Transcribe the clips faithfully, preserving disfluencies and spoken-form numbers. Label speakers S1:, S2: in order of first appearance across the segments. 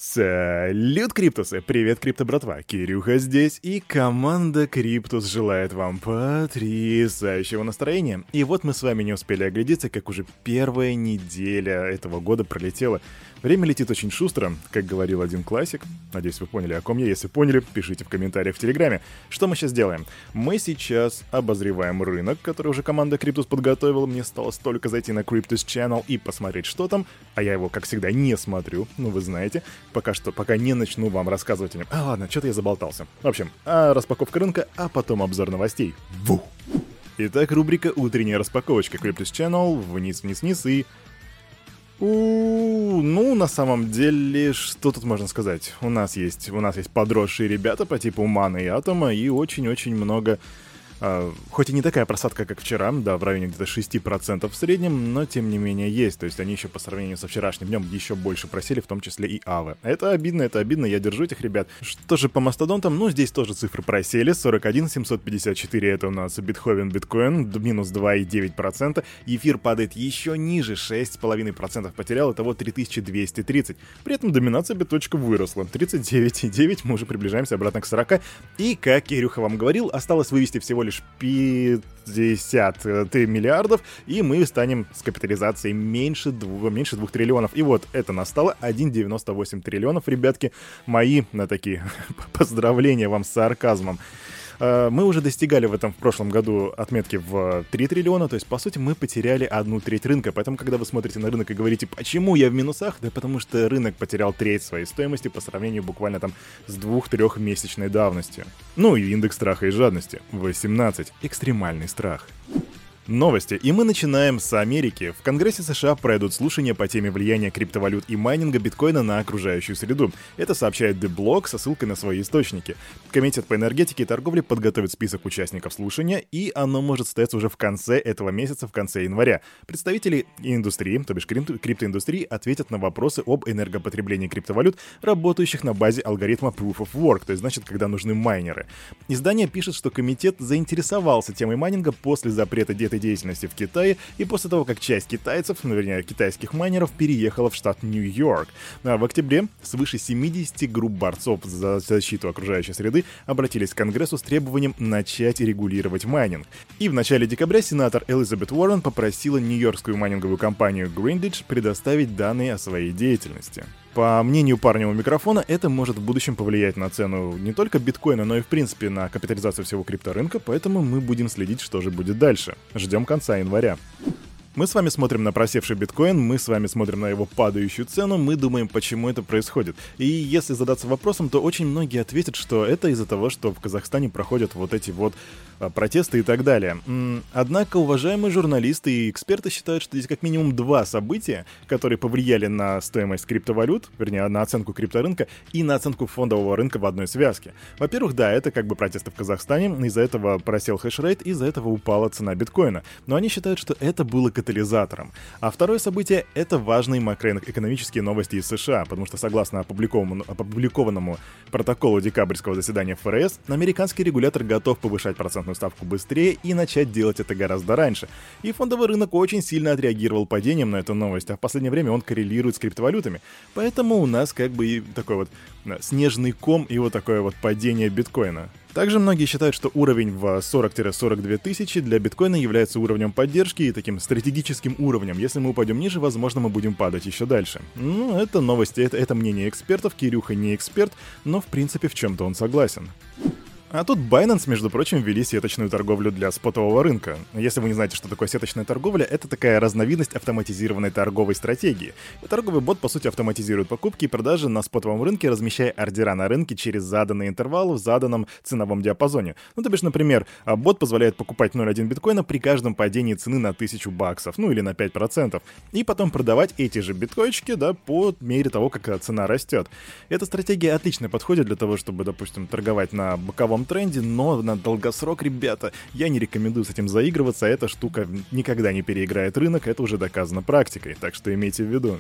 S1: Салют, Криптусы! Привет, Крипто братва! Кирюха здесь, и команда Криптус желает вам потрясающего настроения. И вот мы с вами не успели оглядеться, как уже первая неделя этого года пролетела. Время летит очень шустро, как говорил один классик. Надеюсь, вы поняли, о ком я. Если поняли, пишите в комментариях в Телеграме. Что мы сейчас делаем? Мы сейчас обозреваем рынок, который уже команда Криптус подготовила. Мне стало столько зайти на Cryptus Channel и посмотреть, что там. А я его, как всегда, не смотрю, ну вы знаете. Пока что, пока не начну вам рассказывать о нем. А ладно, что-то я заболтался. В общем, а распаковка рынка, а потом обзор новостей. Ву! Итак, рубрика «Утренняя распаковочка» Cryptus Channel. Вниз, вниз, вниз и... У, ну, на самом деле, что тут можно сказать? У нас есть, у нас есть подросшие ребята по типу Мана и Атома, и очень-очень много... Uh, хоть и не такая просадка, как вчера, да, в районе где-то шесть процентов в среднем, но тем не менее есть. То есть они еще по сравнению со вчерашним днем еще больше просели, в том числе и АВы. Это обидно, это обидно, я держу этих ребят. Что же по мастодонтам? Ну, здесь тоже цифры просели. сорок один семьсот пятьдесят четыре это у нас Битховен биткоин, минус два целых девять десятых процента. Эфир падает еще ниже, шесть целых пять десятых процента потерял, итого три тысячи двести тридцать. При этом доминация биточка выросла. тридцать девять целых девять десятых, мы уже приближаемся обратно к сорока. И, как Кирюха вам говорил, осталось вывести всего лишь пятьдесят три миллиардов, и мы станем с капитализацией меньше, двух, меньше двух триллионов. И вот это настало один целых девяносто восемь триллионов, ребятки. Мои на такие поздравления вам с сарказмом. Мы уже достигали в этом в прошлом году отметки в три триллиона, то есть, по сути, мы потеряли одну треть рынка. Поэтому, когда вы смотрите на рынок и говорите, почему я в минусах, да потому что рынок потерял треть своей стоимости по сравнению буквально там с двух-трехмесячной давностью. Ну и индекс страха и жадности восемнадцать. Экстремальный страх. Новости. И мы начинаем с Америки. В Конгрессе США пройдут слушания по теме влияния криптовалют и майнинга биткоина на окружающую среду. Это сообщает The Block со ссылкой на свои источники. Комитет по энергетике и торговле подготовит список участников слушания, и оно может состояться уже в конце этого месяца, в конце января. Представители индустрии, то бишь крипто- криптоиндустрии, ответят на вопросы об энергопотреблении криптовалют, работающих на базе алгоритма Proof of Work, то есть значит, когда нужны майнеры. Издание пишет, что комитет заинтересовался темой майнинга после запрета этой деятельности в Китае и после того, как часть китайцев, ну, вернее, китайских майнеров переехала в штат Нью-Йорк. А в октябре свыше семидесяти групп борцов за защиту окружающей среды обратились к Конгрессу с требованием начать регулировать майнинг. И в начале декабря сенатор Элизабет Уоррен попросила нью-йоркскую майнинговую компанию Greenidge предоставить данные о своей деятельности. По мнению парня у микрофона, это может в будущем повлиять на цену не только биткоина, но и в принципе на капитализацию всего крипторынка, поэтому мы будем следить, что же будет дальше. Ждем конца января. Мы с вами смотрим на просевший биткоин, мы с вами смотрим на его падающую цену, мы думаем, почему это происходит. И если задаться вопросом, то очень многие ответят, что это из-за того, что в Казахстане проходят вот эти вот а, протесты и так далее. М-м, однако уважаемые журналисты и эксперты считают, что здесь как минимум два события, которые повлияли на стоимость криптовалют, вернее, на оценку крипторынка и на оценку фондового рынка в одной связке. Во-первых, да, это как бы протесты в Казахстане, из-за этого просел хешрейт, из-за этого упала цена биткоина. Но они считают, что это было катализатором. А второе событие — это важные макроэкономические новости из США, потому что согласно опубликованному, опубликованному протоколу декабрьского заседания эф эр эс, американский регулятор готов повышать процентную ставку быстрее и начать делать это гораздо раньше. И фондовый рынок очень сильно отреагировал падением на эту новость, а в последнее время он коррелирует с криптовалютами. Поэтому у нас как бы и такой вот снежный ком и вот такое вот падение биткоина. Также многие считают, что уровень в сорок-сорок две тысячи для биткоина является уровнем поддержки и таким стратегическим уровнем. Если мы упадем ниже, возможно, мы будем падать еще дальше. Ну, это новости, это, это мнение экспертов. Кирюха не эксперт, но в принципе в чем-то он согласен. А тут Binance, между прочим, ввели сеточную торговлю для спотового рынка. Если вы не знаете, что такое сеточная торговля, это такая разновидность автоматизированной торговой стратегии. И торговый бот, по сути, автоматизирует покупки и продажи на спотовом рынке, размещая ордера на рынке через заданный интервал в заданном ценовом диапазоне. Ну, то бишь, например, бот позволяет покупать ноль целых одна биткоина при каждом падении цены на тысячу баксов, ну или на пять процентов, и потом продавать эти же биткоинчики, да, по мере того, как цена растет. Эта стратегия отлично подходит для того, чтобы, допустим, торговать на боковом тренде, но на долгосрок, ребята, я не рекомендую с этим заигрываться, эта штука никогда не переиграет рынок, это уже доказано практикой, так что имейте в виду.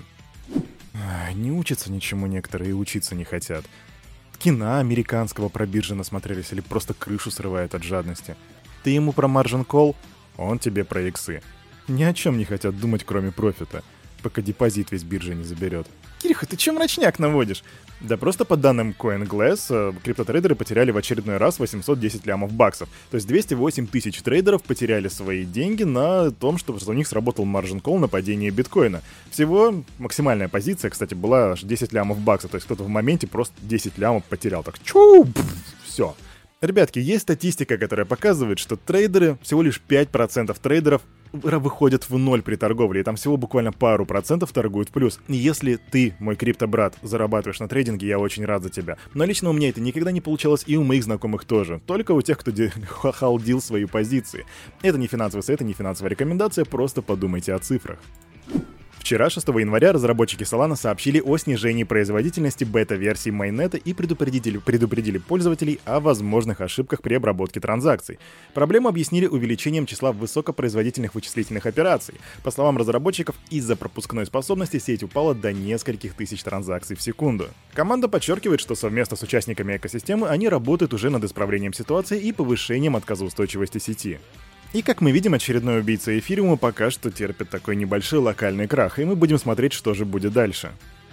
S1: Не учатся ничему некоторые и учиться не хотят. Кино американского про биржи насмотрелись или просто крышу срывает от жадности. Ты ему про margin call, он тебе про иксы. Ни о чем не хотят думать, кроме профита, пока депозит весь биржа не заберет. Кирюха, ты чё мрачняк наводишь? Да просто по данным CoinGlass, криптотрейдеры потеряли в очередной раз восемьсот десять лямов баксов. То есть двести восемь тысяч трейдеров потеряли свои деньги на том, что у них сработал маржин колл на падение биткоина. Всего максимальная позиция, кстати, была аж десять лямов баксов. То есть кто-то в моменте просто десять лямов потерял. Так чу, все. Ребятки, есть статистика, которая показывает, что трейдеры, всего лишь пять процентов трейдеров выходят в ноль при торговле, и там всего буквально пару процентов торгуют в плюс. И если ты, мой крипто-брат, зарабатываешь на трейдинге, я очень рад за тебя. Но лично у меня это никогда не получалось, и у моих знакомых тоже. Только у тех, кто халдил свои позиции. Это не финансовый совет, это не финансовая рекомендация, просто подумайте о цифрах. Вчера, шестого января, разработчики Solana сообщили о снижении производительности бета-версии майнета и предупредили, предупредили пользователей о возможных ошибках при обработке транзакций. Проблему объяснили увеличением числа высокопроизводительных вычислительных операций. По словам разработчиков, из-за пропускной способности сеть упала до нескольких тысяч транзакций в секунду. Команда подчеркивает, что совместно с участниками экосистемы они работают уже над исправлением ситуации и повышением отказоустойчивости сети. И, как мы видим, очередной убийца эфириума пока что терпит такой небольшой локальный крах, и мы будем смотреть, что же будет дальше.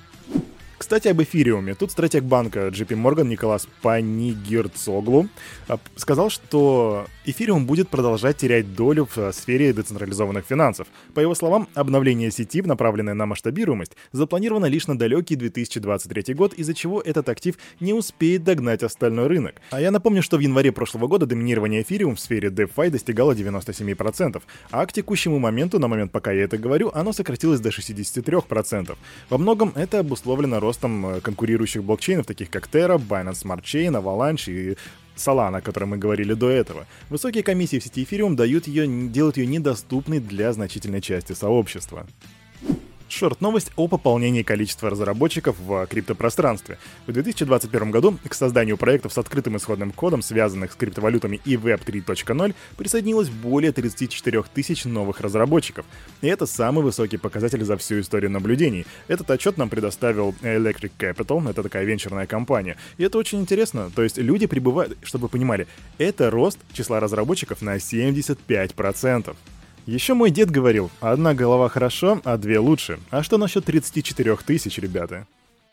S1: Кстати, об эфириуме. Тут стратег банка джей пи Morgan Николас Панигирцоглу сказал, что эфириум будет продолжать терять долю в сфере децентрализованных финансов. По его словам, обновление сети, направленное на масштабируемость, запланировано лишь на далекий две тысячи двадцать третий год, из-за чего этот актив не успеет догнать остальной рынок. А я напомню, что в январе прошлого года доминирование эфириум в сфере DeFi достигало девяносто семь процентов, а к текущему моменту, на момент, пока я это говорю, оно сократилось до шестьдесят три процента. Во многом это обусловлено ростом конкурирующих блокчейнов, таких как Terra, Binance Smart Chain, Avalanche и Solana, о которой мы говорили до этого. Высокие комиссии в сети эфириум дают ее, делают ее недоступной для значительной части сообщества. Шорт-новость о пополнении количества разработчиков в криптопространстве. В две тысячи двадцать первом году к созданию проектов с открытым исходным кодом, связанных с криптовалютами и веб три точка ноль, присоединилось более тридцати четырёх тысяч новых разработчиков. И это самый высокий показатель за всю историю наблюдений. Этот отчет нам предоставил Electric Capital, это такая венчурная компания. И это очень интересно. То есть люди прибывают, чтобы вы понимали, это рост числа разработчиков на семьдесят пять процентов. Еще мой дед говорил, одна голова хорошо, а две лучше. А что насчет тридцати четырёх тысяч, ребята?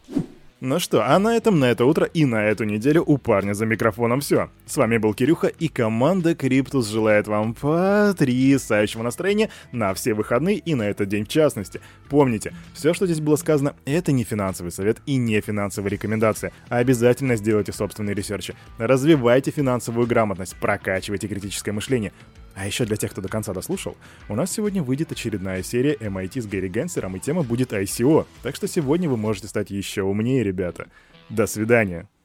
S1: Ну что, а на этом, на это утро и на эту неделю у парня за микрофоном все. С вами был Кирюха, и команда Криптус желает вам потрясающего настроения на все выходные и на этот день в частности. Помните, все, что здесь было сказано, это не финансовый совет и не финансовая рекомендация. Обязательно сделайте собственные ресерчи. Развивайте финансовую грамотность, прокачивайте критическое мышление. А еще для тех, кто до конца дослушал, у нас сегодня выйдет очередная серия эм ай ти с Гэри Генсером, и тема будет ай си о. Так что сегодня вы можете стать еще умнее, ребята. До свидания.